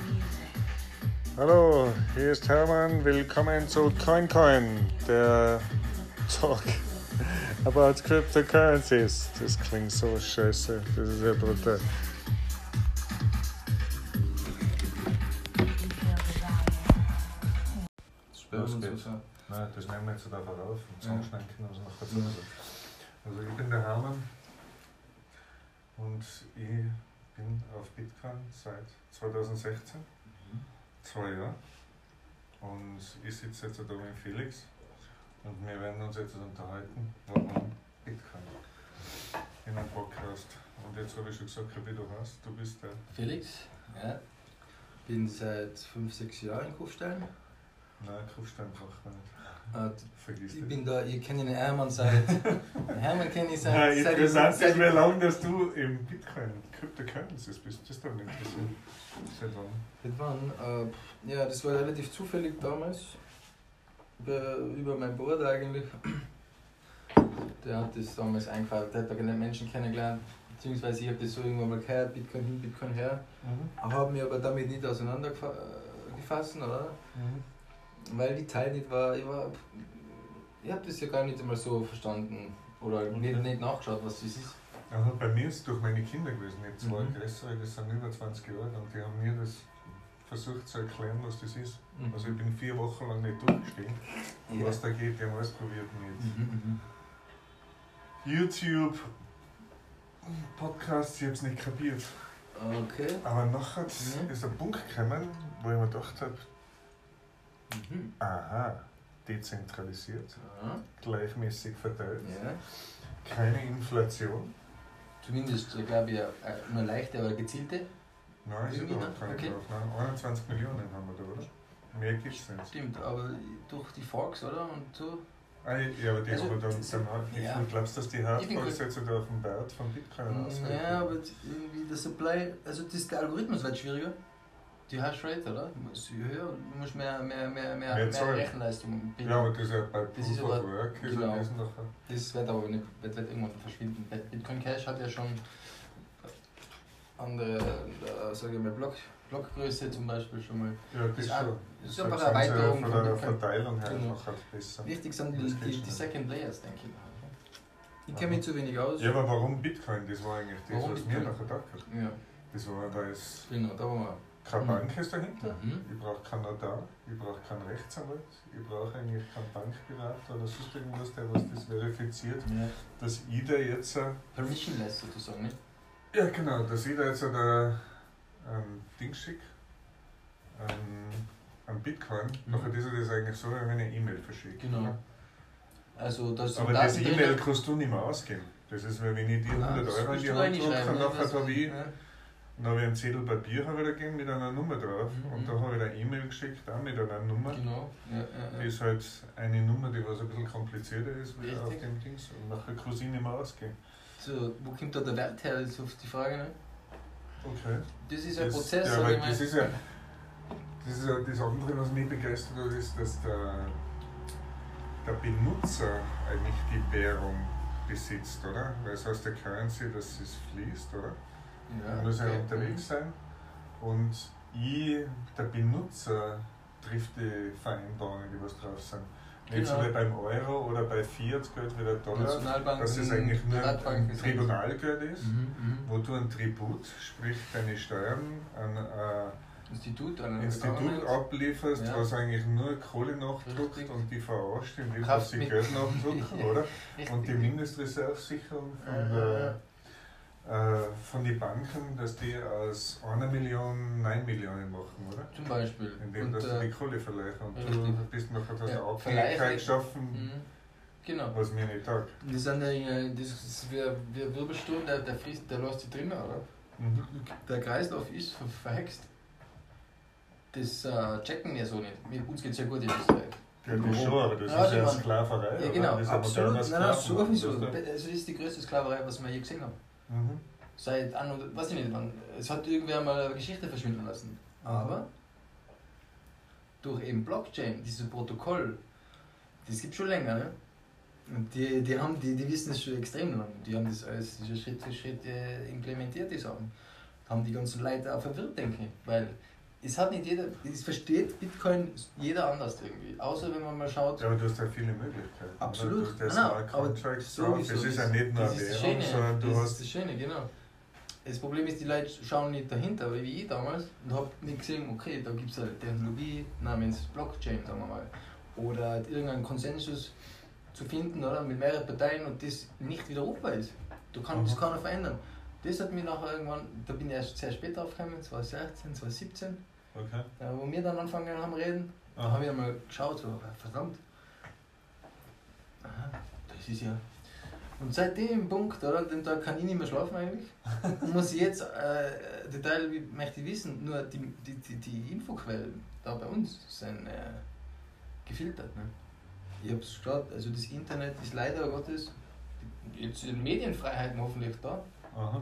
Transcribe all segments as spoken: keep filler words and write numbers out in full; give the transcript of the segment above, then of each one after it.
Hallo, hier ist Hermann. Willkommen zu CoinCoin, der Talk about cryptocurrencies. Das klingt so scheiße. Das ist ja brutal. Los geht's. Nein, das nehmen wir jetzt da auf und zusammenschneiden also nachher zu. Also ich bin der Hermann und ich bin auf Bitcoin seit zweitausendsechzehn, mhm. zwei Jahre. Und ich sitze jetzt da mit Felix und wir werden uns jetzt unterhalten, warum Bitcoin in einem Podcast. Und jetzt habe ich schon gesagt, wie du hast, du bist der Felix, ja. Bin seit fünf, sechs Jahren in Kufstein. Nein, Kufstein braucht man nicht. Uh, Vergiss ich das. bin da, ich kenne den Hermann seit. Hermann kenne ich seit. Nein, seit interessant seit ist, wie lange dass du im Bitcoin, Cryptocurrencies bist. Das ist doch nicht interessiert. Seit wann? Seit wann? Uh, ja, das war relativ zufällig damals. Über, über meinen Bruder eigentlich. Der hat das damals eingefallen, der hat da Menschen kennengelernt. Beziehungsweise ich habe das so irgendwann mal gehört, Bitcoin hin, Bitcoin her. Mhm. Habe mich aber damit nicht auseinandergefasst, oder? Mhm. Weil die Zeit nicht war, ich war, ich habe das ja gar nicht einmal so verstanden oder okay. nicht, nicht nachgeschaut, was das ist. Aha, bei mir ist es durch meine Kinder gewesen, nicht zwei mhm. größere, das sind über zwanzig Jahre und die haben mir das versucht zu erklären, was das ist. Mhm. Also ich bin vier Wochen lang nicht durchgestiegen und ja. was da geht, die haben alles probiert mit mhm. YouTube, Podcasts, ich habe es nicht kapiert. Okay. Aber nachher mhm. ist ein Punkt gekommen, wo ich mir gedacht habe, Mhm. aha, dezentralisiert, Aha. gleichmäßig verteilt, ja. keine Inflation. Zumindest, glaube ich, nur leichte, aber gezielte. Nein, ist überhaupt keine okay. drauf. Nein, einundzwanzig Millionen haben wir da, oder? Mehr gibt es nicht. Stimmt, aber durch die Forks, oder? Und so. Ah, ja, aber die also, haben wir dann, dann wie ja. viel glaubst du, dass die Hardforks jetzt da auf dem Wert von Bitcoin ausgehen? Ja, aber irgendwie der Supply, also das, der Algorithmus wird schwieriger. Die Hashrate, oder? Du musst höher, du musst mehr, mehr, mehr, mehr, mehr, mehr Rechenleistung bieten. Ja, aber das ist ja bei Proof of Work. Genau. Das wird aber nicht, wird, wird irgendwann verschwinden. Bitcoin Cash hat ja schon andere, äh, sage ich mal, Block, Blockgröße zum Beispiel schon mal. Ja, das, das ist schon. Das ist einfach eine Erweiterung von der Verteilung her genau. einfach besser. Wichtig sind die, die, die Second Layers, denke ich. Ich kenne mich zu wenig aus. Ja, aber warum Bitcoin? Das war eigentlich das, warum was Bitcoin? mir nachher gedacht hat. Ja. Das war, weil es. Genau, da waren wir. Keine Bank ist dahinter, mhm. ich brauche keinen Notar, ich brauche keinen Rechtsanwalt, ich brauche eigentlich keinen Bankberater oder sonst irgendwas, der was das verifiziert, ja. dass ich da jetzt... Permissionless sozusagen, nicht? Ja genau, dass ich da jetzt ein ähm, Ding schicke, ähm, ein Bitcoin, mhm. nachher ist das eigentlich so, wenn ich eine E-Mail verschicke. Genau. Ja. Also das Aber diese E-Mail kannst du nicht mehr ausgeben. Das ist, weil wenn ich dir hundert Euro in die Hand drücke, nachher habe ich... Ja. Dann habe ich einen Zettel Papier habe ich da gegeben mit einer Nummer drauf mhm. und da habe ich eine E-Mail geschickt, auch mit einer Nummer. Genau. Ja, ja, ja. Die ist halt eine Nummer, die was ein bisschen komplizierter ist wie auf dem Dings und nachher kann ich nicht mehr ausgehen. So, wo kommt da der Wert her, ist oft die Frage, ne? Okay. Das ist ein das, Prozess, ja, weil das ist ja das ist ja das andere, was mich begeistert hat, ist, dass der, der Benutzer eigentlich die Währung besitzt, oder? Weil es heißt der Currency, dass es fließt, oder? Ja, muss ja okay. unterwegs sein und ich, der Benutzer, trifft die Vereinbarungen, die was drauf sind. Nicht genau. so wie beim Euro oder bei Fiat-Geld wie der Dollar, dass es eigentlich nur ein Tribunalgeld ist, mhm, wo du ein Tribut, sprich deine Steuern an ein Institut, Institut ablieferst, ja. was eigentlich nur Kohle nachdruckt Richtig. Und die verarscht, indem was sie Geld nachdrucken, oder? Und die Mindestreservesicherung von der Äh, von den Banken, dass die aus einer Million neun Millionen machen, oder? Zum Beispiel. Indem, dass und, du die Kohle verleihen und richtig. du bist nachher, dass ja, du Abhängigkeit geschaffen, mhm. genau. was mir nicht taugt. Das sind ja, das ist wie ein Wirbelsturm, der, der fließt, der lässt sich drinnen, oder? Mhm. Der Kreislauf ist verhext. Das äh, checken wir so nicht. Mit uns geht es ja gut in Österreich. Ja, das schon, aber das ja, ist ja eine Sklaverei. Ja, genau, das absolut. Nein, nein, sowieso. Also das ist die größte Sklaverei, was wir je gesehen haben. Mhm. Seit an, weiß ich nicht wann. Es hat irgendwer mal eine Geschichte verschwinden lassen. Aber durch eben Blockchain, dieses Protokoll, das gibt schon länger, ne? Und die, die, haben, die, die wissen es schon extrem lang. Die haben das alles Schritt für Schritt implementiert, die Sachen. Haben die ganzen Leute auch verwirrt, denke ich. Weil es hat nicht jeder, es versteht Bitcoin jeder anders irgendwie. Außer wenn man mal schaut. Ja, aber du hast ja viele Möglichkeiten. Absolut. Oder? Du hast Nein, Smart aber Contracts sowieso, drauf. Es ist ja nicht nur das eine ist das Währung, Schöne, sondern du das hast. ist das Schöne, genau. Das Problem ist, die Leute schauen nicht dahinter, weil wie ich damals, und habe nicht gesehen, okay, da gibt es eine Technologie namens Blockchain, sagen wir mal, oder irgendeinen Konsensus zu finden, oder, mit mehreren Parteien und das nicht widerrufbar ist. Du kannst das keiner verändern. Das hat mich nachher irgendwann, da bin ich erst sehr spät draufgekommen, zwanzig sechzehn, zwanzig siebzehn, Okay. ja, wo wir dann angefangen haben reden, da Aha. habe ich einmal geschaut, so, verdammt, aha, das ist ja. Und seit dem Punkt, oder, den Tag kann ich nicht mehr schlafen eigentlich. Und muss ich jetzt äh, Detail wie, möchte ich wissen, nur die, die, die, die Infoquellen da bei uns sind äh, gefiltert. Ne? Ich habe es geschaut, also das Internet ist leider Gottes jetzt in Medienfreiheiten hoffentlich da. Aha.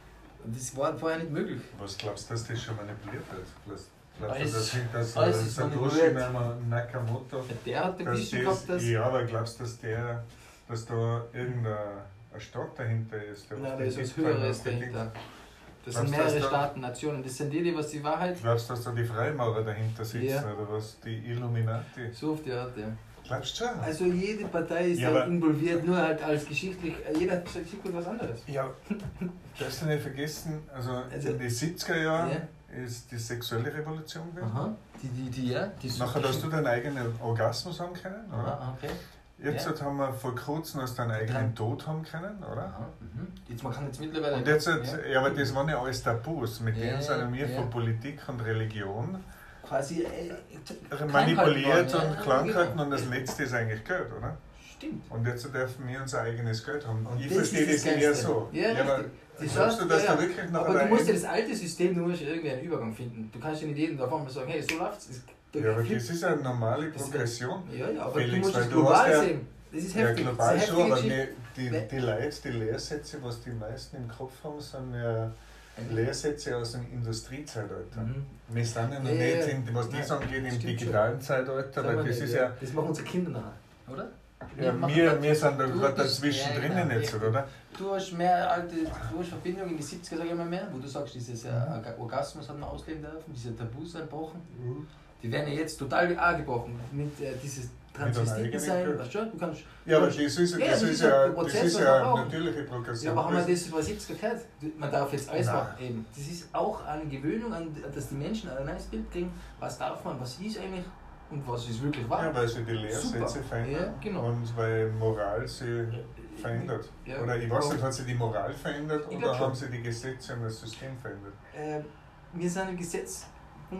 Und das war vorher nicht möglich. Was glaubst du, dass das schon manipuliert wird? Glaubst Alles- du, dass, dass alles äh, ist Satoshi manipuliert. Nakamoto, Der hat den dass Vision das, gehabt, dass. ja, aber glaubst du, dass der, dass da irgendein ein Staat dahinter ist? Der Nein, auf da den ist was Bitcoin Höheres aufgedingt? dahinter. Das Glaubst sind du, dass mehrere da- Staaten, Nationen. Das sind die, die was die Wahrheit. Glaubst du, dass da die Freimaurer dahinter sitzen Ja. oder was? Die Illuminati? So auf die Art, ja. Glaubst du schon? Also jede Partei ist Ja, ja, aber- involviert, nur halt als geschichtlich, jeder sagt sich was anderes. Ja, darfst du nicht vergessen, also, Also- in den siebziger Jahren Ja. ist die sexuelle Revolution gewesen. Aha, die, die, die, ja. Die Nachher hast du deinen eigenen Orgasmus haben können, oder? Aha, okay. Jetzt Ja. haben wir vor kurzem hast du deinen eigenen Tod haben können, oder? Aha, mhm. Jetzt, man kann jetzt mittlerweile. Und jetzt, hat- ja, ja, aber das waren ja alles Tabus, mit Ja, denen sind wir ja. von Politik und Religion quasi äh, manipuliert worden, und ja, krank genau. halten und das Letzte ist eigentlich Geld, oder? Stimmt. Und jetzt dürfen wir unser eigenes Geld haben. Und ich das verstehe ist das das eher Geilste. so. Ja, aber richtig. Das glaubst du, heißt, dass ja, da wirklich noch aber du ein musst ja eigen- das alte System, du musst ja irgendwie einen Übergang finden. Du kannst ja nicht jedem davon mal sagen, hey, so läuft's. Es- da Ja, aber gibt- das ist eine normale Das ist- Progression. Ja, ja, aber Felix, du musst weil es du global hast ja- sehen. Das ist Ja, heftig. global das ist schon, eine aber heftige die, die, die Leute, die Lehrsätze, was die meisten im Kopf haben, sind ja Lehrsätze aus dem Industriezeitalter. Mhm. Wir sind ja noch Ja, nicht, ja. in, was die Ja, sagen, geht im stimmt digitalen Zeitalter, Sagen weil wir das nicht, ist ja, Das machen unsere Kinder nachher, oder? ja machen wir, grad- wir sind da du gerade bist- dazwischen ja, drinnen genau, jetzt, richtig. oder? Du hast mehr alte, du hast Verbindungen in die siebziger, sag ich mal mehr, wo du sagst, dieses äh, Orgasmus hat man ausleben dürfen, diese Tabus sind gebrochen. Die werden ja jetzt total auch gebrochen. Mit äh, dieses Transvestiten eigenen sein, Geld. weißt du schon? Du kannst. Ja, aber du das kannst- ist, Ja, das das ist ist ja ja, der das Prozess, ist was ja wir eine brauchen. natürliche Ja, Progression. aber haben wir das vor siebziger gehört? Man darf jetzt alles Nein. machen. Eben. Das ist auch eine Gewöhnung, an, dass die Menschen ein neues Bild kriegen, was darf man, was ist eigentlich und was ist wirklich wahr. Ja, weil sie die Lehrsätze Super. verändern Ja, genau. und weil Moral sie verändert. Ja, Oder ich weiß genau. nicht, hat sie die Moral verändert Ich oder glaub schon. haben sie die Gesetze und das System verändert? Äh, wir sind im Gesetzpunkt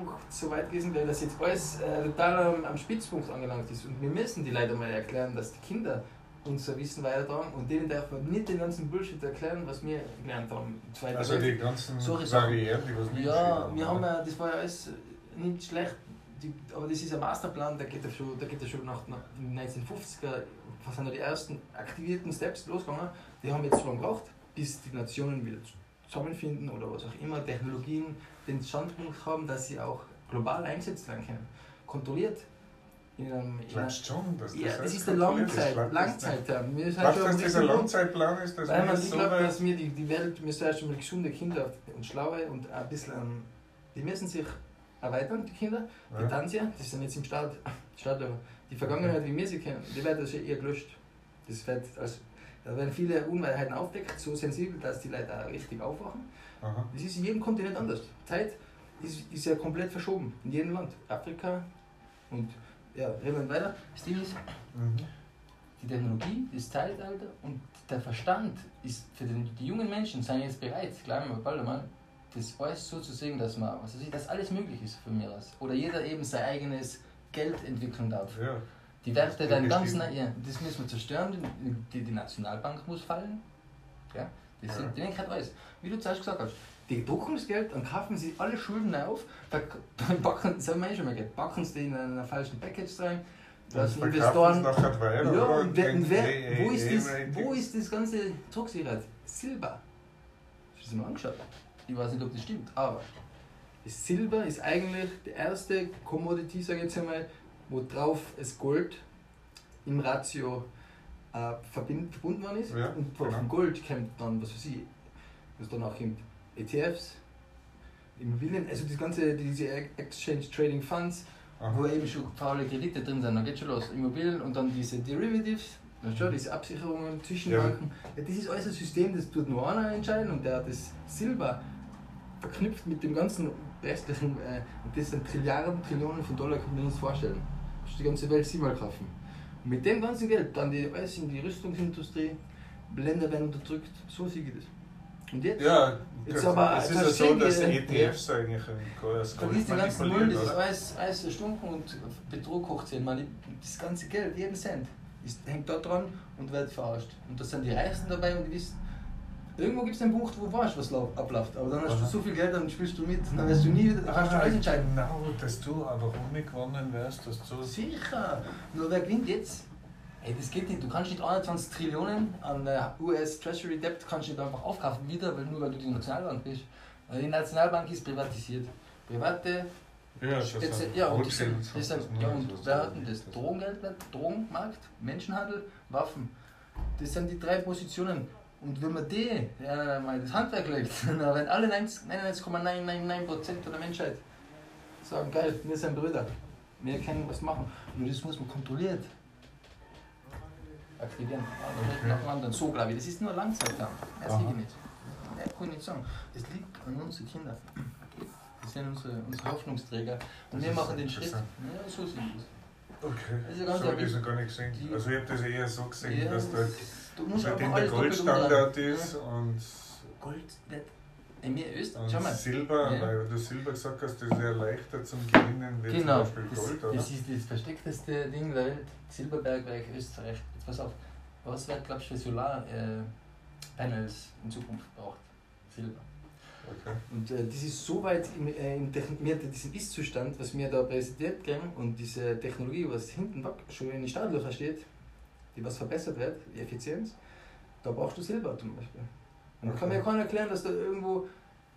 so weit gewesen, weil das jetzt alles äh, total am, am Spitzpunkt angelangt ist. Und wir müssen die Leute mal erklären, dass die Kinder unser Wissen weitertragen und denen darf man nicht den ganzen Bullshit erklären, was wir gelernt haben. im Zweiten Also Weltkrieg. die ganzen Solche Sachen. Barrieren, die was wir Ja, geschrieben wir haben ja, das war ja alles nicht schlecht, die, aber das ist ein Masterplan, der geht ja schon, der geht ja schon nach, nach in den neunzehnhundertfünfziger, was sind ja die ersten aktivierten Steps losgegangen, die haben jetzt so lange gebraucht, bis die Nationen wieder zusammenfinden oder was auch immer, Technologien den Standpunkt haben, dass sie auch global eingesetzt werden können, kontrolliert. In einem, in einer, Glaubst du schon, dass das ja, das alles ist der kontrolliert ist? Langzeit, Glaubt das nicht? Langzeitterm. Wir sind Glaubst du, schon dass am dieser richtigen Punkt. Langzeitplan ist, dass Weil wir man das ich so glaube, weit... dass wir die, die Welt, wir sind schon mal gesunde Kinder und schlaue und ein bisschen, ähm, die müssen sich erweitern, die Kinder. Die Ja. Tanzier, die sind jetzt im Staat, Staatlevel. Die Vergangenheit, wie wir sie kennen, die wird also eher gelöscht. Das wird, also, da werden viele Unwahrheiten aufdeckt, so sensibel, dass die Leute auch richtig aufwachen. Aha. Das ist in jedem Kontinent anders. Zeit ist, ist ja komplett verschoben, in jedem Land. Afrika und ja, reden wir weiter. Das Ding ist, Mhm. die Technologie, das Zeitalter und der Verstand ist für den, die jungen Menschen sind jetzt bereit, glauben wir bald einmal, das alles so zu sehen, dass man, was weiß ich, dass alles möglich ist von mir aus. Oder jeder eben sein eigenes Geld entwickeln darf. Ja. Die Werte Das werden ganz bestimmt. neu, ja, das müssen wir zerstören, die, die, die Nationalbank muss fallen. Ja, das Ja. sind, die denken halt alles. Wie du zuerst gesagt hast, die drucken das Geld, dann kaufen sie alle Schulden auf, dann, dann backen, das haben wir eh schon mal gehört, backen sie die in einen falschen Package rein, Und lassen verkaufen Investoren. es nachher weiter, Ja, oder? und wer, und wer, Kriegen wo, ist das, A A-Rating. wo ist das ganze Drucksicherheit? Silber. Hast du das mal angeschaut? Ich weiß nicht, ob das stimmt, aber das Silber ist eigentlich die erste Commodity, sage ich jetzt einmal, wo drauf das Gold im Ratio äh, verbind, verbunden worden ist. Ja, und genau. vom Gold kommt dann, was weiß ich, was danach kommt, E T Fs, Immobilien, also das ganze, diese Exchange Trading Funds, Aha. wo eben schon faule Kredite drin sind, dann geht schon los. Immobilien und dann diese Derivatives, dann schon diese Absicherungen zwischen Ja. Banken. Ja, das ist alles ein System, das tut nur einer entscheiden und der hat das Silber verknüpft mit dem ganzen restlichen, äh, und das sind Trilliarden, Trillionen von Dollar, kann man sich das vorstellen. Das ist die ganze Welt siebenmal kaufen. Und mit dem ganzen Geld dann die, alles in die Rüstungsindustrie, Länder werden unterdrückt, so sehe ich das. Und jetzt? Ja, Jetzt das, aber es ist ja verstehe so, dass ich, E T Fs eigentlich als Da Gold ist die ganzen Null, manipulieren, das ist oder? alles, alles erstunken und Betrug hochziehen. Man, das ganze Geld, jeden Cent, ist, hängt da dran und wird verarscht. Und da sind die Reichsten dabei und die wissen, irgendwo gibt es einen Punkt, wo du weißt, was lau- abläuft. Aber dann hast Aha. du so viel Geld, dann spielst du mit, dann wirst du nie, dann kannst du alles entscheiden. Genau, dass du aber ohne gewonnen wärst, dass du... Sicher! Nur wer gewinnt jetzt? Hey, das geht nicht. Du kannst nicht einundzwanzig Trillionen an äh, U S Treasury Debt kannst du nicht einfach aufkaufen wieder, weil nur weil du die Nationalbank bist. Weil die Nationalbank ist privatisiert. Private Ja, das Spezi sind ja, und, die Wholesale sind, und so, die sind, das ja, nur und so- wer hat denn das? Drogengeld, Drogenmarkt, Menschenhandel, Waffen. Das sind die drei Positionen. Und wenn man die ja, mal das Handwerk legt, dann werden alle neunundneunzig Komma neun neun neun Prozent der Menschheit sagen, geil, wir sind Brüder. Wir können was machen. Nur das muss man kontrolliert aktivieren. Also nicht Okay. nach dem anderen. So glaube ich. Das ist nur Langzeitplan. Das Aha. liege ich nicht. Mehr kann ich nicht sagen. Das liegt an unseren Kindern. Das sind unsere, unsere Hoffnungsträger. Und Das wir ist machen den Schritt. interessant. Ja, so sind wir. Okay, Das ist ja ganz so habe ich ehrlich. es noch gar nicht gesehen. Die- Also ich habe das eher so gesehen, Ja, dass da du musst seitdem einfach der alles doppelt Goldstandard umdrehen. ist und, Gold nicht. Ey, mir Österreich. Schau und mal. Silber, Ja. weil du Silber gesagt hast, das ist ja leichter zum Gewinnen wie Genau, zum Beispiel das, Gold, oder? das ist das versteckteste Ding der Welt. Silberbergwerk Österreich. Jetzt pass auf, was wird, glaubst du, für Solarpanels in Zukunft braucht? Silber. Okay. Und äh, das ist so weit im, äh, im Techn- wir hatten diesen Ist-Zustand, was wir da präsentiert kriegen und diese Technologie, was hinten weg schon in den Startlöchern steht, die was verbessert wird, die Effizienz, da brauchst du Silber zum Beispiel. Und da kann mir Okay. keiner erklären, dass da irgendwo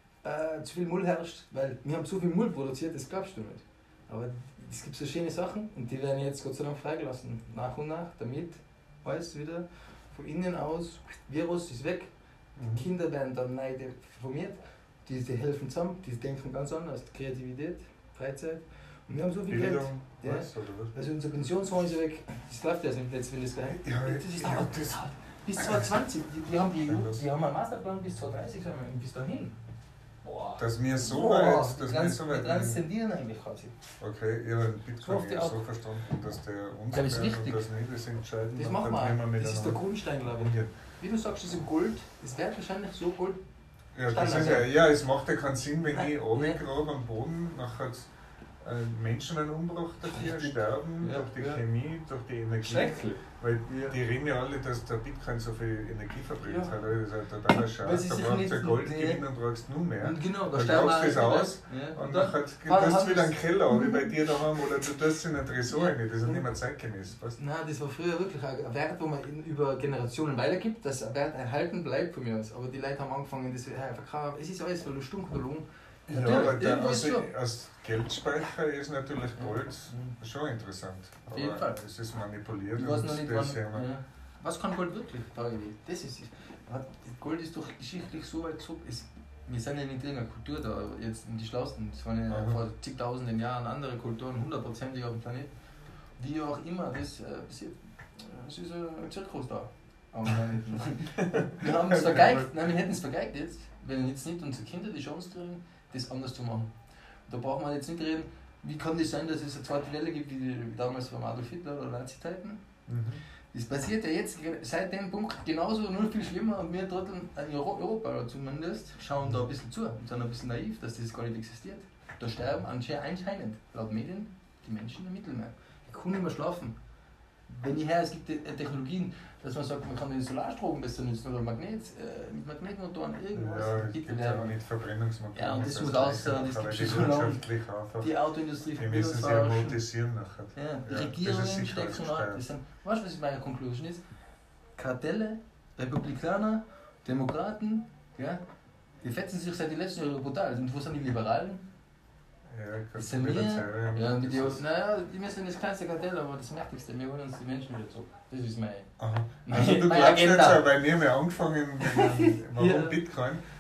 äh, zu viel Müll herrscht, weil wir haben so viel Müll produziert, das glaubst du nicht. Aber es gibt so schöne Sachen und die werden jetzt Gott sei Dank freigelassen, nach und nach, damit alles wieder von innen aus, Virus ist weg, Mhm. Kinder werden dann neu formiert, die, die helfen zusammen, die denken ganz anders, Kreativität, Freizeit. Und wir haben so viel Geld. Bildung, Ja. was, oder was? Also unser Pensionsfonds ist ja weg, das läuft ja nicht jetzt, will das gleich. Ja, das ist ich dauert, hab das das- dauert. Bis zwanzig zwanzig, die, die haben die E U, Das- die haben einen Masterplan bis zwanzig dreißig, sagen wir, bis dahin. Boah. Dass wir so Boah, weit, dass wir trans- so wir weit. transzendieren eigentlich quasi. Okay, ich habe So Bitcoin oft die eher auch- so verstanden, dass der uns Das ist wert wichtig. und das nicht das entscheiden. Das und machen dann wir können auch. Das ist der miteinander Grundstein, glaube ich. umgehen. Wie du sagst, das ist Gold, das wird wahrscheinlich so Gold. Ja, das Standard, ist ja, ja, es macht ja keinen Sinn, wenn Nein, ich oben ja. gerade am Boden nachher äh, Menschen einen Umbruch dafür Richtig. sterben, Ja, durch die ja. Chemie, durch die Energie. Schrecklich. Weil Ja. die reden ja alle, dass der Bitcoin so viel Energie verbrennt Ja. hat. Das ist ein totaler Weil Scheiß. sie Da sich brauchst nicht- du Gold nee. gewinnen und brauchst nur mehr. Und genau, da Dann sterben kaufst du auch das aus viele. Ja. Und dann dann Fahren hast du wieder einen wir's- Keller, wie bei dir daheim, oder du tust in einen Tresor Ja. rein. Das ist nicht mehr zeitgemäß. Weißt? Nein, das war früher wirklich ein Wert, wo man in, über Generationen weitergibt, dass ein Wert erhalten bleibt von mir aus. Aber die Leute haben angefangen, das äh, verkaufen. Es ist alles voll stunk oder lung. Ja, Natürlich, aber der, irgendwo als, ist schon. als Geldspeicher ist natürlich Gold Mhm. schon interessant. Auf jeden Aber Fall. es ist manipuliert Ich weiß und noch nicht, das wann, ja, ja. Was kann Gold wirklich? Frage ich mich. Das ist es. Hat- Gold ist doch geschichtlich so weit zurück. Es, wir sind ja nicht in irgendeiner Kultur da, jetzt in die Schlausten. Es waren ja Aha. vor zigtausenden Jahren andere Kulturen, hundertprozentig auf dem Planeten. Wie auch immer das äh, passiert. Es ist ein Zirkus da. Am Planeten. Wir haben es vergeigt, nein, wir hätten es vergeigt jetzt, wenn jetzt nicht unsere Kinder die Chance kriegen, das anders zu machen. Da braucht man jetzt nicht reden, wie kann das sein, dass es eine zweite Welle gibt, wie damals beim Adolf Hitler oder Nazi-Zeiten. Mhm. Das passiert ja jetzt seit dem Punkt genauso, nur viel schlimmer und wir Trotteln in Euro- Europa zumindest schauen da ein bisschen zu und sind ein bisschen naiv, dass das gar nicht existiert. Da sterben anscheinend, laut Medien, die Menschen im Mittelmeer. Ich kann nicht mehr schlafen. Wenn ich her, es gibt äh, Technologien, dass man sagt, man kann den Solarstrom besser nutzen oder Magnet, äh, mit Magnetmotoren irgendwas. Ja, es Gibt gibt ja. aber nicht Verbrennungsmotoren. Ja, und das muss gleiche aussehen, das nachher, weil gibt die schon so lange. wirtschaftlich einfach. Die Autoindustrie Die von müssen sich verarschen. amortisieren nachher. Ja, die Ja, das ist Regierungen sicher stecken gesteuert. ab. Das sind, weißt du, was meine Conclusion ist? Kartelle, Republikaner, Demokraten, ja, die fetzen sich seit den letzten Jahren brutal. Und wo sind die Liberalen? Ja, Das kannst sind du wieder wir. zeigen. Ja, und die, Das ist- naja, die sind das kleinste Kartell, aber das mächtigste. Wir wollen uns die Menschen wieder zurück. Das ist mein. Aha. Meine- Also du meine glaubst jetzt Agenda. auch, weil wir haben ja angefangen, mit dem- warum Ja. Bitcoin,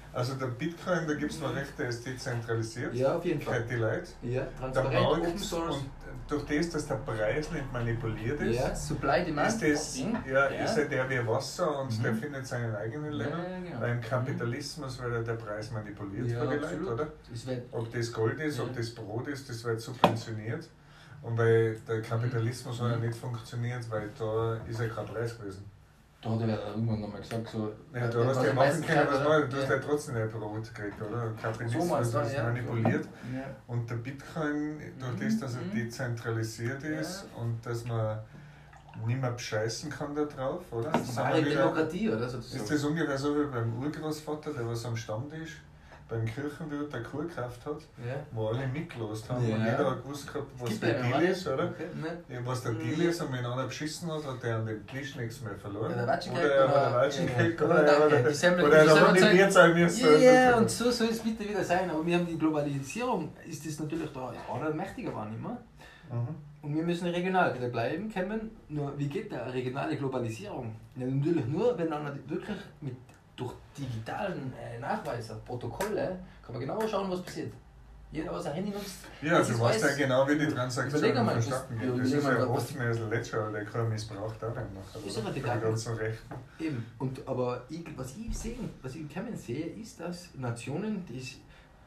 Also der Bitcoin, da gibt es noch recht, der ist dezentralisiert. Ja, auf jeden Fall. Die Leute. Ja, Der transparent, Markt Open Source. und durch das, dass der Preis nicht manipuliert ist, Ja, Supply Demand. ist, das, Ding. ja, Ja. ist er der wie Wasser und Mhm. der findet seinen eigenen Level. Ja, ja, genau. Beim Kapitalismus wird der Preis manipuliert Ja, von den absolut. Leuten, oder? Das wird, Ob das Gold ist, Ja. ob das Brot ist, das wird subventioniert. Und weil der Kapitalismus Mhm. hat ja nicht funktioniert, weil da ist ja kein Preis gewesen. da hat er irgendwann nochmal gesagt, so. Ja, äh, du hast was ja am machen meisten können, was kann, mal, oder? du hast Ja. ja trotzdem ein Brot gekriegt, oder? Kapitalismus So meinst du, ist ja. manipuliert. Ja. Und der Bitcoin, durch Mhm, das, dass er mhm. dezentralisiert ist Ja. und dass man nicht mehr bescheißen kann da drauf, oder? Das ist Sind eine wir wieder- Demokratie, oder? Sozusagen. Ist das ungefähr so wie beim Urgroßvater, der was am Stammtisch beim Kirchenwirt eine Kuh gekauft hat, Ja. wo alle mitgelost haben Ja. und jeder hat gewusst gehabt, was Gibt der ja Deal noch, ist, oder? Okay. Ne? Ja, was der Mhm. Deal ist und wenn einer beschissen hat, hat der an dem Tisch nichts mehr verloren. Ja, der Watschen oder kriegt er hat oder- einen Watschen ja, gekriegt, ja. oder Oder er hat danke, die Semmel- oder er die hat Semmel- motiviert sein müssen. Ja, also yeah, so. und so soll es bitte wieder sein. Aber wir haben die Globalisierung, ist das natürlich da auch mächtiger war nicht mehr. Mhm. Und wir müssen regional wieder bleiben können. Nur wie geht der regionale Globalisierung? Ja, natürlich nur, wenn man wirklich mit, durch digitalen äh, Nachweise, Protokolle, kann man genau schauen, was passiert. Jeder, was er Handy nutzt, Ja, das du ist weißt ja weiß. genau, wie die Überleg Transaktionen einmal, vonstatten was- gehen. ja, Das ist überleg ja mal, was- offen als Ledger, der kann missbraucht auch werden nachher. Ist aber oder? die Von den Daten. ganzen Rechten. Eben. Und, aber ich, was ich sehe, was ich kennen sehe, ist, dass Nationen, die ist,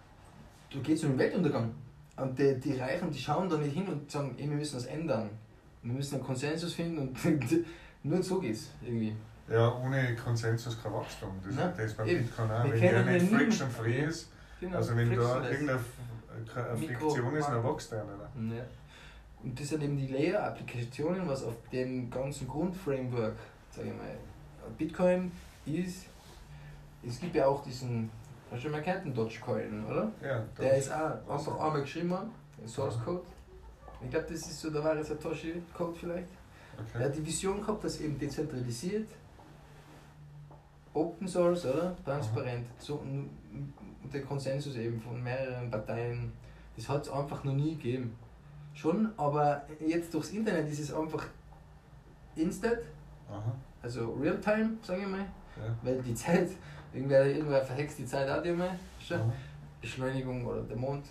du gehst zu einem Weltuntergang. Und die, die Reichen, die schauen da nicht hin und sagen, ey, wir müssen das ändern. Wir müssen einen Konsensus finden und nur so geht's irgendwie. Ja, ohne Konsensus kein Wachstum. Das Na, ist das beim eben. Bitcoin auch. Wir Wenn der kennen nicht ja nie- friction-free ist, Genau. also wenn da Frictionless. irgendeine F- keine Mikro- Friktion ist, dann wächst der nicht. Ja. Und das sind eben die Layer-Applikationen, was auf dem ganzen Grundframework, sage ich mal, Bitcoin ist. Es gibt ja auch diesen, hast du schon mal gehört, den Dogecoin, oder? Ja, Der das- ist auch einfach einmal geschrieben, worden, den Source Code. Ich glaube, das ist so der wahre Satoshi-Code vielleicht. Er Okay. hat die Vision gehabt, dass eben dezentralisiert, Open Source, oder? Transparent. So, und und der Konsensus eben von mehreren Parteien, das hat es einfach noch nie gegeben. Schon, aber jetzt durchs Internet ist es einfach instant, Aha. also real-time, sage ich mal, Ja. weil die Zeit, irgendwer, irgendwer verhext die Zeit auch immer. Schon. Aha. Beschleunigung oder der Mond.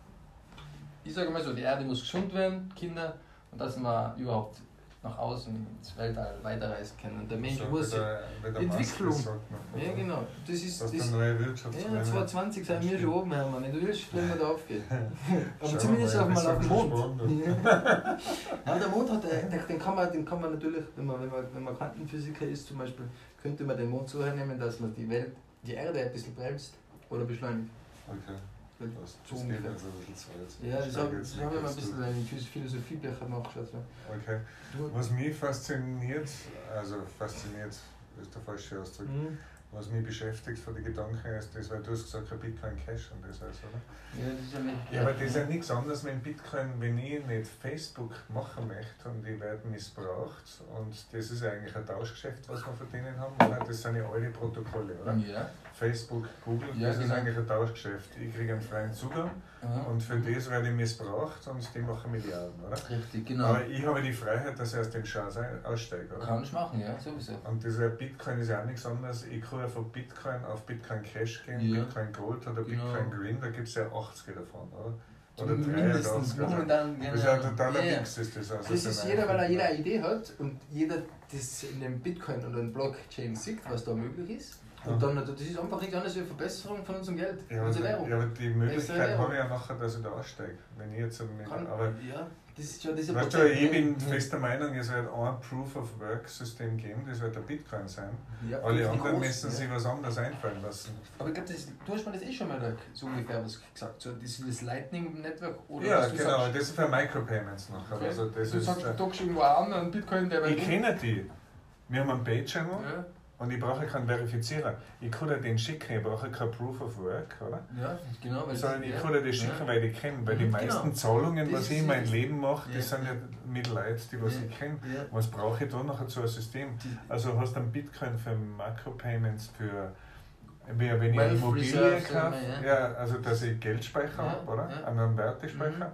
Ich sage mal so, die Erde muss gesund werden, Kinder, und dass wir überhaupt nach außen ins Weltall weiterreisen können. Und der Mensch So, muss wie sich. der- wie der Entwicklung. Musk sagt man. Ja, genau. Das ist. Das Das, ist der neue Wirtschaftsführer. ja, zwanzig zwanzig sind wir schon oben, Hermann. Wenn du willst, wenn wir da aufgehen. Aber Schauen zumindest wir auf mal, mal wie auf dem es Mond. versprochen Ja. Ja, der Mond hat, äh, den, den, kann man, den kann man natürlich, wenn man, wenn, man, wenn man Quantenphysiker ist zum Beispiel, könnte man den Mond so hernehmen, dass man die Welt, die Erde ein bisschen bremst oder beschleunigt. Okay. Weil Das, so das geht ungefähr. also ein bisschen zu weit. Ja, das steig habe jetzt hab ich mal ein nicht bisschen in den Philosophiebüchern nachgeschaut. So. Okay. Du- Was mich fasziniert, also fasziniert ist der falsche Ausdruck, Mhm. was mich beschäftigt von den Gedanken ist, das, weil du hast gesagt, ein Bitcoin Cash und das alles, oder? Ja, das ist ja nicht. Ja, aber das ist ja nichts anderes, wenn Bitcoin, wenn ich nicht Facebook machen möchte und ich werde missbraucht und das ist ja eigentlich ein Tauschgeschäft, was wir von denen haben, oder? Das sind ja alle Protokolle, oder? Ja. Facebook, Google, Ja, das ist genau. eigentlich ein Tauschgeschäft. Ich kriege einen freien Zugang Aha. und für das werde ich missbraucht und die machen Milliarden, oder? Richtig, genau. Aber ich habe die Freiheit, dass ich aus dem Schatz ein- aussteige, oder? Kann ich machen, ja, sowieso. Und dieser Bitcoin ist ja auch nichts anderes. Ich kann ja von Bitcoin auf Bitcoin Cash gehen, Ja. Bitcoin Gold oder Genau. Bitcoin Green, da gibt es ja achtzig davon, oder? Oder Mindestens, dreiundachtzig. Oder? momentan, Das ist ja genau. totaler Ja. Mix, ist das. Also Das so ist ein jeder, weil er Einfluss. jeder eine Idee hat und jeder das in dem Bitcoin oder in Blockchain sieht, was da möglich ist. Und Ja. dann, das ist einfach nichts anderes wie eine Verbesserung von unserem Geld, Ja, aber, unserer Währung. ja, aber die Möglichkeit Währung. habe ich ja nachher, dass ich da aussteige. Wenn ich jetzt mit, Kann, aber ja, das ist schon dieser weißt du, Prozess, ich bin ne? fester Meinung, es wird ein Proof-of-Work-System geben, das wird der Bitcoin sein. Ja, Alle die anderen großen, müssen ja. sich was anderes einfallen lassen. Aber ich glaube, du hast mir das eh schon mal so ungefähr was gesagt. So dieses Lightning Network oder Ja, was du genau, sagst. das ist für Micropayments nachher. Okay. Also das du ist, sagst, du äh, dockst irgendwo an und Bitcoin, der ich kenne die. Wir haben einen Pay-Channel. Ja, Und ich brauche keinen Verifizierer. Ich kann dir den schicken, ich brauche kein Proof of Work, oder? ja, genau. Weil Sondern ich ja. kann dir das schicken, Ja. weil ich kenne. Weil die Mhm, meisten genau. Zahlungen, Das was ich ist in meinem das- Leben mache, Ja. das sind ja mit Leuten, die was Ja. ich kenne. Ja. Was brauche ich da nachher zu einem System? Die- Also hast du einen Bitcoin für Micropayments, für wie wenn ich eine Wealth Immobilie Reserves, kaufe, ja. ja, also dass ich Geldspeicher Ja, habe, oder? ja. Einen Wertespeicher.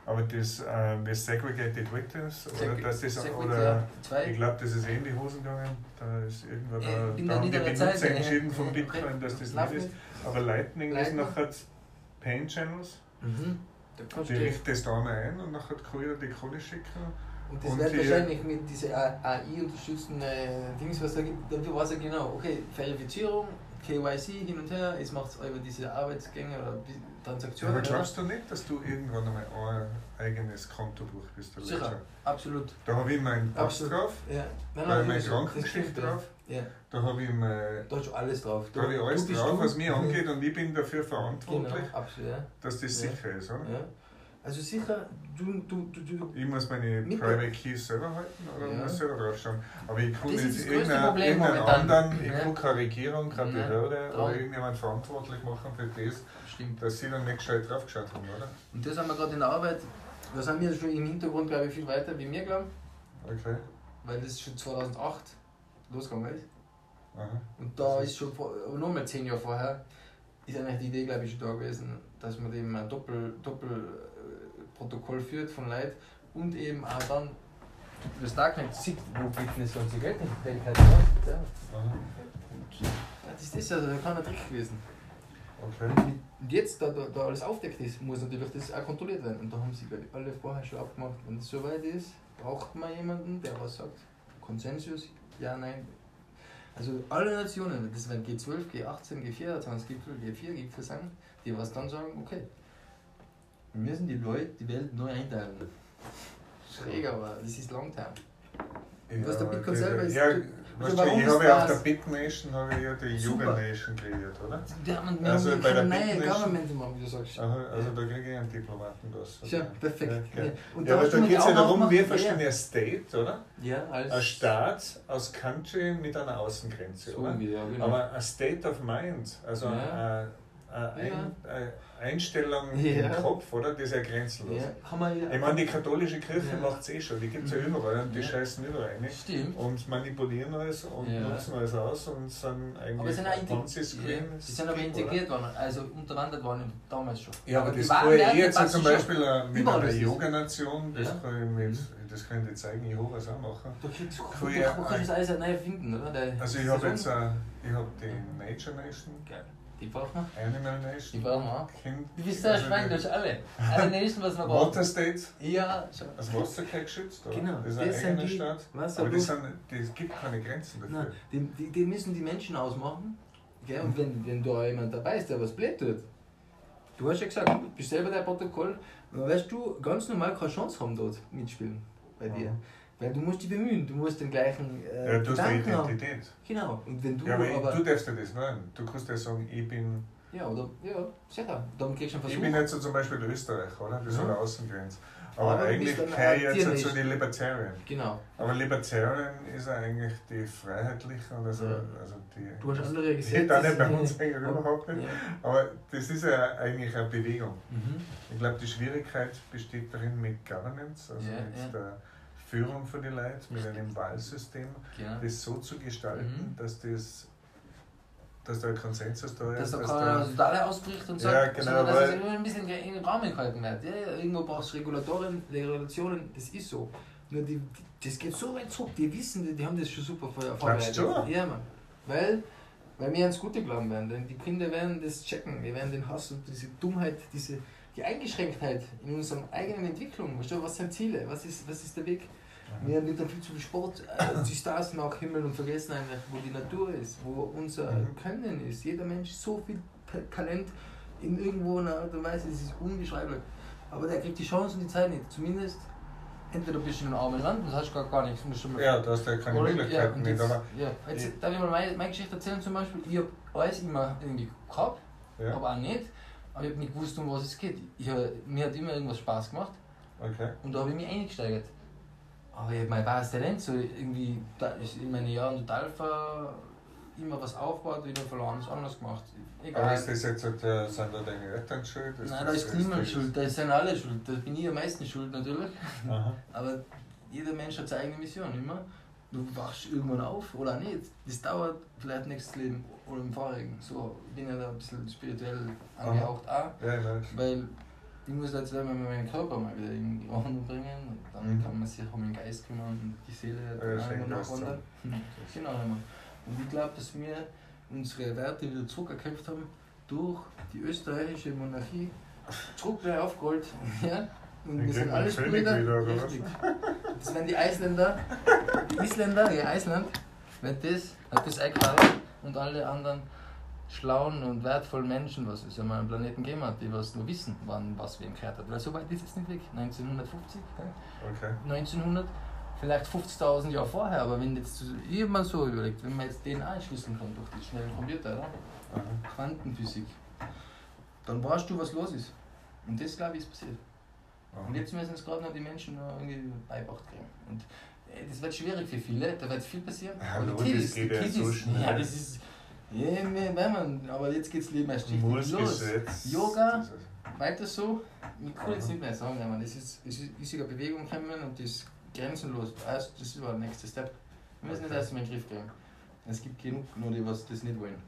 Aber das, äh, das Segregated Witness, oder Seg- das ist, Segwit, oder ja, zwei. ich glaube, das ist eh in die Hosen gegangen. Da ist irgendwo Äh, da, bin da da haben nicht die an der Benutzer Zeit, entschieden äh, von äh, Bitcoin, dass das Lauf nicht ist. nicht. Aber Lightning, Lightning. ist nachher Pain Channels. Mhm. Da kannst Die du richtet das da einmal ein und nachher kann jeder die Kohle schicken. Und das Und wird die- wahrscheinlich mit diesen A I-unterstützten äh, Dings, was da gibt, dafür weiß er genau, okay, Verifizierung, K Y C hin und her, jetzt macht es über diese Arbeitsgänge oder die Transaktionen. Aber glaubst du nicht, dass du irgendwann einmal ein eigenes Kontobuch bist? Der Sicher, Ledger? absolut. Da habe ich meinen Pass Absolut. drauf, Ja. Nein, da nein, habe ich meine das- das Krankengeschichte stimmt, ja. drauf, Ja, da habe ich, mein, da hast du alles drauf. da habe ich alles Du bist drauf, du. was mich angeht, und ich bin dafür verantwortlich, Genau, absolut, ja. dass das Ja. sicher ist, oder? ja. Also sicher, du, du, du, du Ich muss meine Mit- Private Keys selber halten oder Ja. muss selber drauf schauen. Aber ich kann Das ist jetzt das größte irgendeinen Problem irgendeinen momentan. anderen, ich Ja. kann keine Regierung, keine Nein. Behörde Traum. oder irgendjemand verantwortlich machen für das, stimmt. dass sie dann nicht gescheit draufgeschaut haben, oder? Und das haben wir gerade in der Arbeit, da sind wir schon im Hintergrund, glaube ich, viel weiter wie wir glauben, Okay. weil das schon zweitausendacht losgegangen ist. Aha. Und da ist schon vor, noch mal zehn Jahre vorher, ist eigentlich die Idee, glaube ich, schon da gewesen, dass man eben ein Doppel, Doppelprotokoll führt von Leuten und eben auch dann das Darknet sieht, wo Bitcoin und Geldfähigkeit hat. Ja. Aha. Das ist das also ein kleiner Trick gewesen. Okay. Und jetzt, da, da, da alles aufdeckt ist, muss natürlich das auch kontrolliert werden. Und da haben sie glaub ich, alle vorher schon abgemacht. Wenn es soweit ist, braucht man jemanden, der was sagt, Konsensus, ja, nein. Also alle Nationen, das werden G zwölf, G achtzehn, G vierundzwanzig, Gipfel, G vier Gipfel sein, die was dann sagen, okay, wir müssen die Leute, die Welt neu einteilen. Schräg, aber das ist Longterm. Ja, Was der Bitcoin die- selber ist- Ja, also weißt du, warum ich ist habe ja auf das- der BitNation habe ich ja die Super. Jugendnation kreiert, oder? Wir haben, wir Also haben bei der keine neue Bitnation- Government machen, wie du sagst. Aha, also da kriege ich einen Diplomatenpass. Ja, perfekt. Ja, Ja. ja. Und Ja, aber hast da du geht es mir ja auch darum, wir aufgemacht, verstehen ja. ja State, oder? Ja, als Ein Staat aus Country mit einer Außengrenze, so oder? irgendwie, ja, genau. Aber ein State of Mind, also Ja. eine, eine, Ein, Ja. eine Einstellung Ja. im Kopf, oder? Das ist ja grenzenlos. ja, kann man ja. Ich meine, die katholische Kirche Ja. macht es eh schon, die gibt es ja Mhm. überall und die Ja. scheißen überall rein. Stimmt. Und manipulieren alles und Ja. nutzen alles aus und sind eigentlich Aber sie sind auch integ- Ponzi-Screen. ja, sie sind aber integriert worden, also unterwandert worden damals schon. Ja, aber die das wahren kann ich Werte jetzt passen zum schon. Beispiel äh, mit Überall einer ist es. Yoga-Nation, das Ja. kann ich mit, Mhm. das kann ich dir zeigen, Jehovas auch machen. Du kannst, du, Kann du, ich du auch- kannst das alles neu erfinden, oder? Der, Also ich das habe ist jetzt äh, ich hab die Nature Nation, Geil. Die brauchen wir. Animal Die Nation, brauchen wir auch. Kind, Du bist sehr also spannend, die du hast alle. Alle Nation, was wir brauchen. Water State, Ja, schon. das Wasser kein geschützt, oder? Genau. Das ist ein Das sind eigener die- Staat. Was, Aber aber das, sind, das gibt keine Grenzen dafür. Nein, die, die, die müssen die Menschen ausmachen. Gell? Und wenn, wenn da jemand dabei ist, der was blöd tut, du hast ja gesagt, du bist selber der Protokoll, dann weißt du ganz normal keine Chance haben dort mitspielen bei dir. Mhm. Weil du musst dich bemühen, du musst den gleichen äh, Ja, du hast eine Gedanken haben. Identität. Genau. Und wenn du Ja, aber, aber. du darfst ja das nein. Du kannst ja sagen, ich bin. ja, oder ja, sicher. Dann kriegst du einen Ich Versuch. bin jetzt so zum Beispiel Österreich, oder? Das ist Mhm. eine Außengrenze. Aber, Aber du eigentlich bist dann gehöre ein ich jetzt zu Tiernation. den Libertarian. Genau. Aber Libertarian ist ja eigentlich die Freiheitlichen, also, Ja. also die. Du hast andere die Gesetze. da nicht bei uns eigentlich überhaupt nicht. Ja. Aber das ist ja eigentlich eine Bewegung. Mhm. Ich glaube, die Schwierigkeit besteht darin mit Governance, also Ja, mit ja. der Führung von den Leuten, mit einem Wahlsystem, Genau. das so zu gestalten, Mhm. dass das dass da ein Konsensus da Dass ist. da dass keiner da- total ausbricht und sagt, Ja, genau, sondern dass weil- es immer ein bisschen in den Rahmen gehalten wird. Ja, ja, irgendwo brauchst du Regulatorien, Regulationen, das ist so. Nur die, die, das geht so weit zurück, die wissen, die, die haben das schon super vor- vorbereitet. du? Ja, Mann. Weil, weil wir ans Gute glauben werden, denn die Kinder werden das checken, wir werden den Hass und diese Dummheit, diese die Eingeschränktheit in unserer eigenen Entwicklung, weißt du, was sind Ziele, was ist, was ist der Weg? Wir haben dann viel zu viel Sport, äh, die Stars nach Himmel und vergessen einfach, wo die Natur ist, wo unser Mhm. Können ist. Jeder Mensch so viel Ta- Talent in irgendwo einer Art und Weise, das ist unbeschreiblich. Aber der kriegt die Chance und die Zeit nicht. Zumindest entweder bist du in einem armen Land, das hast du gar, gar nichts. Musst du mal Ja, da hast du ja keine Oder- ja, Möglichkeiten und mit, jetzt, aber ja, jetzt ich- darf ich mal meine, meine Geschichte erzählen zum Beispiel. Ich habe alles immer irgendwie gehabt, ja, aber auch nicht. Aber ich habe nicht gewusst, um was es geht. Ich hab, mir hat immer irgendwas Spaß gemacht. okay. Und da habe ich mich eingesteigert. Aber ich habe mein wahres Talent, so irgendwie da ist in meinen Jahren total ver, immer was aufgebaut, wieder verloren, es anders gemacht. Aber Egal. ist das jetzt, äh, sind da deine Eltern schuld? Nein, da das- ist niemand das- schuld, da sind alle schuld. Da bin ich am meisten schuld natürlich. Aha. Aber jeder Mensch hat seine eigene Mission immer. Du wachst irgendwann auf oder auch nicht. Das dauert vielleicht nächstes Leben oder im vorigen. So, ich bin ja da ein bisschen spirituell angehaucht auch. Ja, nein. Weil ich muss jetzt einmal meinen Körper mal wieder in die Ordnung bringen und dann mhm. kann man sich um den Geist kümmern und die Seele ja, nachwandern. Genau, und ich glaube, dass wir unsere Werte wieder zurückerkämpft haben durch die österreichische Monarchie, zurück wieder aufgeholt. Ja? Und wir sind alles Brüder. Richtig. Das werden die Isländer, die Isländer, ja Island, wenn das, hat das eingefahren und alle anderen schlauen und wertvollen Menschen, was es ja mal am Planeten gegeben hat, die was nur wissen, wann was wem gehört hat. Weil so weit ist es nicht weg. neunzehnhundertfünfzig, okay. neunzehnhundert, vielleicht fünfzigtausend Jahre vorher, aber wenn jetzt, ich habe mal so überlegt, wenn man jetzt D N A entschlüsseln kann durch die schnellen Computer, oder? Mhm. Quantenphysik, dann weißt du, was los ist. Und das, glaube ich, ist passiert. Mhm. Und jetzt müssen es gerade noch die Menschen noch irgendwie beigebracht kriegen. Und äh, das wird schwierig für viele, da wird viel passieren. Ja, aber die Kiddies, die Kiddies, ja, ja, das ist... Ja, man, aber jetzt geht's Leben erst richtig los. Yoga, weiter so. Ich kann jetzt nicht mehr sagen, man. Es ist, es ist, ist eine Bewegung gekommen und das ist grenzenlos. Das ist der nächste Step. Wir müssen das erst mal in den Griff kriegen. Es gibt genug, nur die, was das nicht wollen.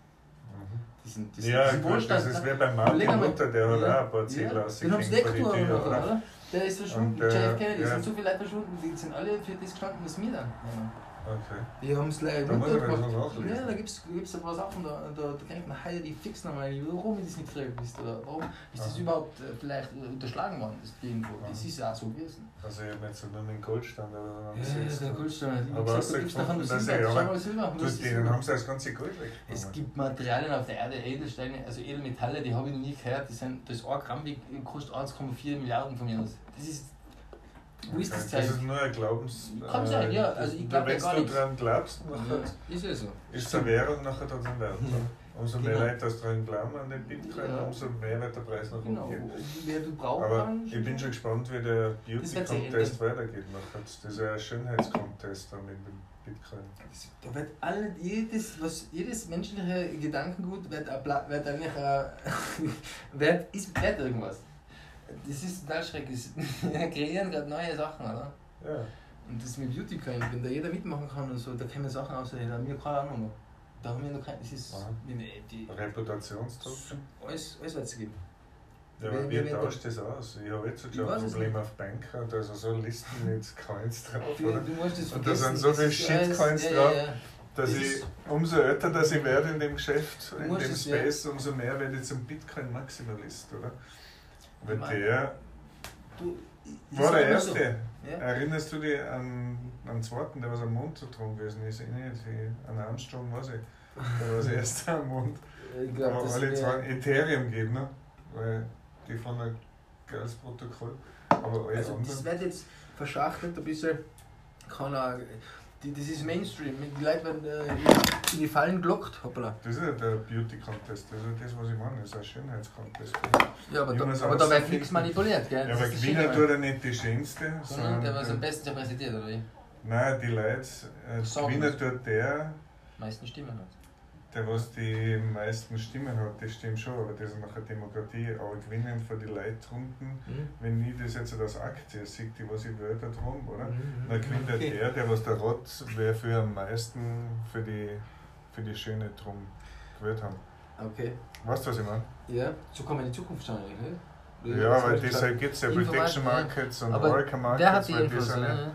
Die sind, die sind, ja, die gut, das ist wie bei Martin Luther, der hat ja, auch ein paar Ziele ja, den haben sie weggetan, oder? oder? Der ist verschwunden, J F K, die ja. sind so viele Leute verschwunden, die sind alle für das gestanden, was wir dann. Ja. Okay. Die haben es leider runtergebracht. Ja, da gibt es ein paar Sachen, da, da, da denkt man, hey, die fix nochmal, warum ist das nicht früher gewusst oder warum ist das Aha. überhaupt äh, vielleicht äh, unterschlagen worden, das die Info. Das Aha. ist ja auch so gewesen. Also ich habe jetzt nur mit dem Goldstand oder ja, der Goldstand. Aber hast du gefunden, dass Silber? Ja, mal Silber. Du, denen haben sie das ganze Gold weg. Es gibt Materialien auf der Erde, Edelsteine, also Edelmetalle, die habe ich noch nie gehört, die sind, das ein Gramm kostet eins Komma vier Milliarden von mir aus. Das ist Wo ist das Das ist nur ein Glaubens... Kann sein, ja. Also ich glaube ja gar Wenn nicht. du dran glaubst, nachher ja, ist ja so. Ist es eine Währung, nachher hat es einen Wert. Ja. Umso mehr genau. Leute das dran glauben an den Bitcoin, ja. umso mehr wird der Preis nach oben genau. gehen. Wer du brauchst, aber ich bin schon gespannt, wie der Beauty-Contest weitergeht. Nachher. Das ist ja ein Schönheitskontest mit dem Bitcoin. Da wird alle, jedes, was, jedes menschliche Gedankengut wird, wird eigentlich äh, wird, ist, wird irgendwas. Das ist total schrecklich. Wir kreieren gerade neue Sachen, oder? Ja. Und das mit Beauty Coin, wenn da jeder mitmachen kann und so, da kommen Sachen raus, da haben wir keine Ahnung. Da haben wir noch keine. Das ist die Reputationsdruck. Alles, alles wird es geben. Ja, aber wie tauscht das aus? Ich habe jetzt schon ein Problem auf Banker und da sind so Listen mit Coins drauf. Oder? Du musst das und da sind so viele Shitcoins ja, drauf, ja, ja. dass das ich, umso älter dass ich werde in dem Geschäft, in dem es, Space, ja. umso mehr werde ich zum Bitcoin-Maximalist, oder? Weil der du, war der Erste. So. Ja. Erinnerst du dich an, an den Zweiten, der was am Mond so drum gewesen ist? Ich nicht, an Armstrong weiß ich. Der war das Erste am Mond. Ich glaub, aber alle zwei Ethereum geben, ne? Weil die von ein geiles Protokoll. Aber alles also andere. Das wird jetzt verschachtelt ein bisschen. Kann auch, die, das ist Mainstream. Die Leute werden äh, in die Fallen gelockt. Hoppala. Das ist ja der Beauty Contest. Das ist das, was ich meine. Das ist ein Schönheitscontest. Ja, aber da, aber da wird nichts manipuliert, gell? Ja, aber gewinnen tut er nicht die Schönste. Sondern der, was am besten präsentiert, oder wie? Nein, die Leute. Äh, gewinnen tut der. meisten Stimmen hat. Der, was die meisten Stimmen hat, das stimmt schon, aber das ist nachher Demokratie. Aber gewinnen von den Leuten drunten, mhm. wenn ich das jetzt als Aktie sehe, die was ich will da drum, oder? Mhm. Dann gewinnt okay. der, der was der Rot, wer für am meisten für die, für die Schöne drum gewählt haben. Okay. Weißt du, was ich meine? Ja, so kann man in die Zukunft schauen, nicht? Ja, weil deshalb gibt es ja Prediction Markets und Oracle Markets. Wer hat die Infos? Ja.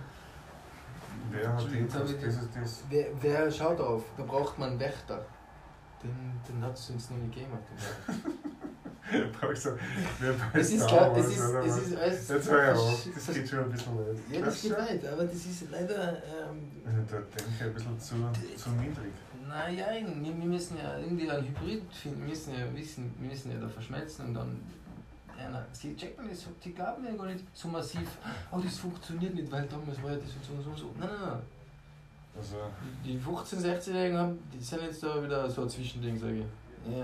Wer hat die Infos? Das ist das. Wer, wer schaut auf? Da braucht man Wächter. Den, den hat es uns noch nicht gegeben. Brauchst du, es ist klar, es ist, es ist alles. Jetzt war ja auch, das geht schon ein bisschen weit. Ja, das geht weit, aber das ist leider. Ähm, da denke ich ein bisschen zu, zu niedrig. Naja, wir, wir müssen ja irgendwie einen Hybrid finden, wir müssen ja wissen, wir müssen ja da verschmelzen und dann. Ja, nein, sie checken das, die glauben ja gar nicht so massiv, oh, das funktioniert nicht, weil damals war ja das und so und so und so. Nein, nein, nein. Also die fünfzehn-, sechzehnjährigen haben, die sind jetzt da wieder so ein Zwischending, sage ich. Ja.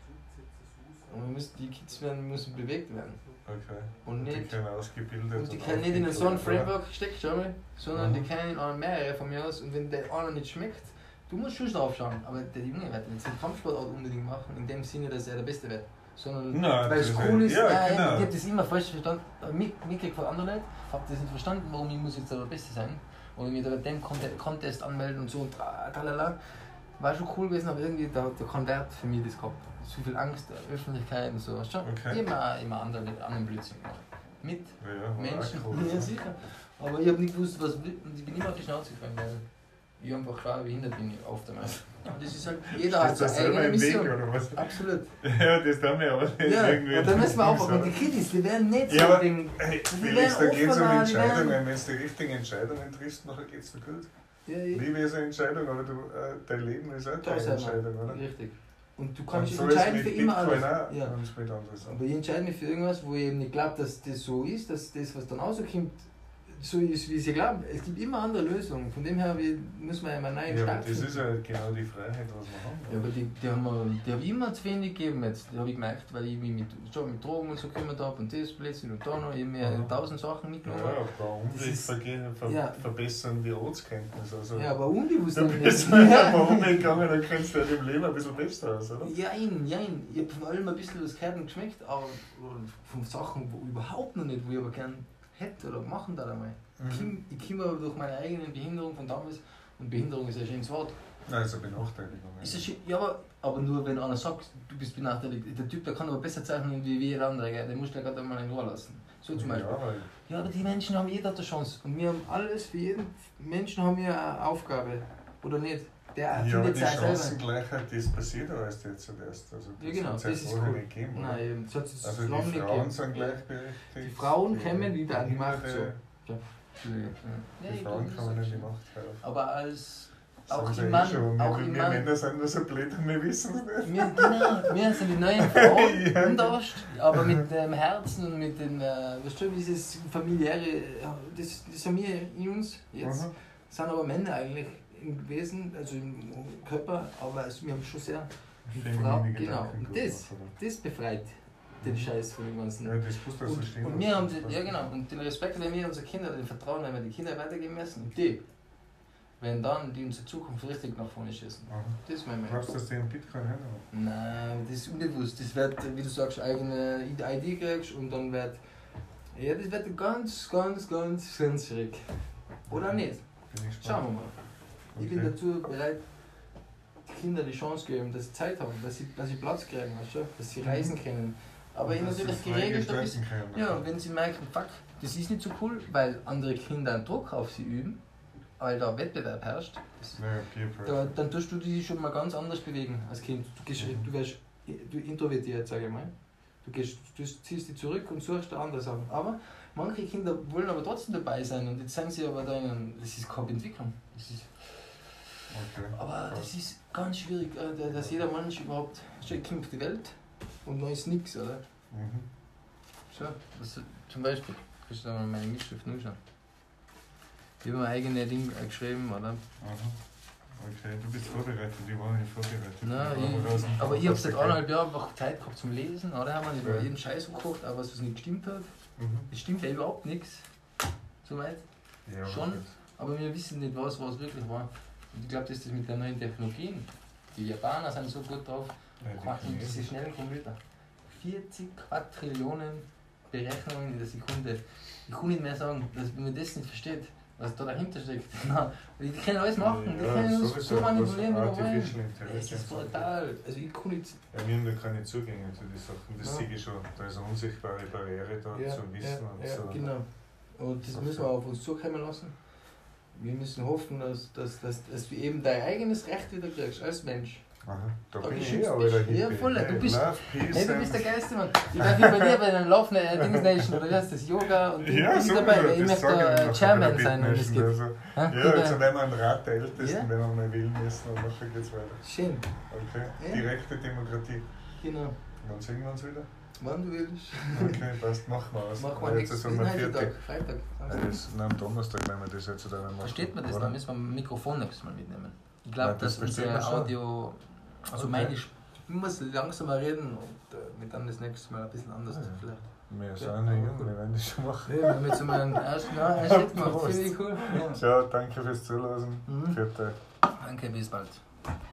Und wir müssen, die Kids werden, müssen bewegt werden. Okay. Und, nicht, die können ausgebildet und die können nicht in so ein Framework gesteckt, schau mal, sondern mhm. die können in mehrere von mir aus. Und wenn der einer nicht schmeckt, du musst schon drauf schauen. Aber der Junge wird nicht den Kampfsport unbedingt machen, in dem Sinne, dass er der Beste wird. Sondern Nein, weil es cool ist, ja, nein, genau. ich habe das immer falsch verstanden. Mitgekriegt von anderen Leuten, habe das nicht verstanden, warum ich muss jetzt der Beste sein. Oder mich da bei dem Contest anmelden und so und tralala. war schon cool gewesen, aber irgendwie der, der Konvert für mich das gehabt. Zu viel Angst, Öffentlichkeit und so. Schon Okay. immer, immer andere, anderen Blödsinn gemacht. Mit Ja, ja, war Menschen. auch cool. Ja, sicher. Aber ich habe nicht gewusst, was will. Und ich bin immer auf die Schnauze gefallen, weil ich einfach schwer behindert bin auf der Messe. Und das ist halt, jeder hat Steht da seine selber eigene im Weg, Mission. oder was? Absolut. Ja, das tun wir aber nicht Ja, irgendwie. und da müssen wir auch, sagen. und die Kiddies, die werden nicht so Ja, aber wegen. hey, Die Felix, da werden geht es um offener, die werden- Entscheidungen. Wenn du die richtigen Entscheidungen triffst, nachher geht es dir gut. Ja, ja. Liebe ist eine Entscheidung, aber du, äh, dein Leben ist auch Da deine ist einmal. Entscheidung, oder? Richtig. Und du Und kannst dich so ist entscheiden mit für immer Bitcoin alles. auch Ja. und mit anderen Sachen. Aber ich entscheide mich für irgendwas, wo ich eben nicht glaube, dass das so ist, dass das, was dann rauskommt, so ist, wie sie glauben. Es gibt immer andere Lösungen. Von dem her wie, muss man immer neuen Ja, Start aber das finden. ist ja genau die Freiheit, was wir haben. Ja, aber die, die haben mir, die habe ich immer zu wenig gegeben jetzt. Die habe ich gemerkt, weil ich mich mit, schon mit Drogen und so gekümmert habe und das Blödsinn und da noch. Ich habe mir Mhm. tausend Sachen Ja, mitgenommen. ja, ein paar Das ist- Umweltvergehen ver ja. verbessern die Ortskenntnis. Also, Ja, aber unbewusst du dann bist nicht. mal ein paar Umwelt gegangen, dann kennst du halt im Leben ein bisschen besser aus, oder? Jein, jein. Ich habe von allem ein bisschen was gehört und geschmeckt, aber von Sachen, wo überhaupt noch nicht, wo ich aber gern hätte oder machen da einmal. Mhm. Ich komme aber durch meine eigene Behinderung von damals, und Behinderung ist ein schönes Wort. Nein, also Benachteiligung. Ist das schön, ja, aber, aber nur wenn einer sagt, du bist benachteiligt. Der Typ, der kann aber besser zeichnen wie jeder andere, gell? Den musst du ja gerade einmal in Ruhe lassen. So zum Beispiel. Ja, weil Ja, aber die Menschen haben jeder eine Chance. Und wir haben alles, für jeden Menschen haben wir eine Aufgabe. Oder nicht? Der ja, aber findet die sich selber. Chancengleichheit, das passiert aber erst jetzt zuerst. Also, Ja, genau, hat's das ja ist vorher cool. nicht gegeben, oder? Nein, eben, das hat es Also lange die nicht Frauen gegeben. sind gleichberechtigt. Die Frauen kommen wieder an die Macht, Behinderte- so. Ja, Die ich Frauen glaub, kommen das in die ist- Macht. Ja. Aber als auch Sind sie im eh Mann, schon. auch wir, im wir Mann. Männer sind nur so blöd und wir wissen es nicht. Wir, genau, wir sind die neuen Frauen Ja. und Ost, aber mit dem Herzen und mit dem, äh, weißt du, dieses familiäre, ja, das, das haben wir in uns jetzt. Mhm. Sind aber Männer eigentlich im Wesen, also im Körper, aber also wir haben schon sehr die Feminine Frau, Gedanken genau, und gut das, machen, das befreit den Scheiß von dem ganzen. Ja, das musst du also Und, stehen und lassen. wir haben, die, ja genau, und den Respekt, den wir unseren Kindern, den Vertrauen, wenn wir die Kinder weitergeben müssen, und die, wenn dann die unsere Zukunft richtig nach vorne schießen. Aha. Das ist mein Meinung. Glaubst du, dass die einen Bitcoin haben? Nein, das ist unbewusst. Das wird, wie du sagst, eigene I D kriegst und dann wird. Ja, das wird ganz, ganz, ganz, ganz schräg. Oder nicht? Bin ich gespannt. Schauen wir mal. Ich bin Okay. dazu bereit, die Kinder die Chance geben, dass sie Zeit haben, dass sie, dass sie Platz kriegen, weißt du? Dass sie reisen können. Aber ich Dass sie natürlich frei geregelt ein gestalten bisschen. können. Ja, und wenn sie merken, fuck, das ist nicht so cool, weil andere Kinder einen Druck auf sie üben, weil da Wettbewerb herrscht, das, Naja, Peer da, Pressure. dann tust du dich schon mal ganz anders bewegen als Kind. Du, gehst, du wärst du introvertiert, sage ich mal. Du, gehst, du ziehst dich zurück und suchst da andere Sachen. Aber manche Kinder wollen aber trotzdem dabei sein und jetzt sind sie aber da in einem, das ist keine Entwicklung. Das ist, Okay. aber das ist ganz schwierig, äh, dass jeder Mensch überhaupt, schon kommt auf die Welt und dann ist nichts, oder? Mhm. So, das, zum Beispiel, kannst du da mal meine Mitschrift anschauen. Ich habe mein eigenes Ding äh, geschrieben, oder? Aha. Okay, du bist vorbereitet, die waren nicht vorbereitet. Nein, Die waren ich, aus dem aber ich habe Podcast seit gekommen. eineinhalb Jahren einfach Zeit gehabt zum Lesen, oder? Haben wir über Ja. jeden Scheiß gekocht, aber was nicht gestimmt hat. Mhm. Es stimmt ja überhaupt nichts. Soweit. Ja, aber Schon. gut. Aber wir wissen nicht, was, was wirklich war. Und ich glaube, das ist das mit den neuen Technologien. Die Japaner sind so gut drauf. Ja, die Und diese Chinesen. schnellen Computer. vierzig Quadrillionen Berechnungen in der Sekunde. Ich kann nicht mehr sagen, dass wenn man das nicht versteht, was da dahinter steckt. Nein, die können alles machen, die Ja, können uns sowieso, so manipulieren, wie was wir wollen. Artificial Es Intelligence ist brutal. Also ich kann nicht. Ja, wir haben da keine Zugänge zu den Sachen, das Ja. sehe ich schon. Da ist eine unsichtbare Barriere da Ja, zu wissen ja, und ja, so. genau. Und das Okay. müssen wir auf uns zukommen lassen. Wir müssen hoffen, dass, dass, dass, dass du eben dein eigenes Recht wieder kriegst als Mensch. Aha, da Aber bin du ich eh schützt aber dich. der Ja, Hippie. voll, du Hey, bist- Love, Peace Hey, du bist der and- Geilste, Mann. Ich darf wie bei dir bei den Love äh, Dings Nation oder wie heißt das? Yoga und Ja, bin so dabei, weil ich das möchte sage ich äh, noch, Chairman bei der sein, wenn es Bitnation, geht. also. Hä? Ja, Über- jetzt werden wir ein Rat der Ältesten, Ja? wenn wir mal wählen müssen und nachher geht's weiter. Schön, Okay, Ja. direkte Demokratie. genau. Wann sehen wir uns wieder? Wann du willst. Okay, passt, machen wir was. Machen Weil wir jetzt nichts. sind wir Freitag. fertig. Freitag. Ja, das, nein, am Donnerstag werden wir das jetzt dann machen. Versteht man das? oder? Dann müssen wir ein Mikrofon nächstes Mal mitnehmen. Ich Ja, glaube, das dass versteht unser man schon. Audio. Also Okay. meine ich muss langsamer reden und äh, wir dann das nächste Mal ein bisschen anders Ja. vielleicht. Wir sind Ja, ja aber jung, gut. wir werden das schon machen. Ja, wir haben jetzt mal einen ersten, ja, einen Schritt gemacht. Finde ich cool. Ja. Ciao, danke fürs Zuhören. Mhm. Vierte. Danke, bis bald.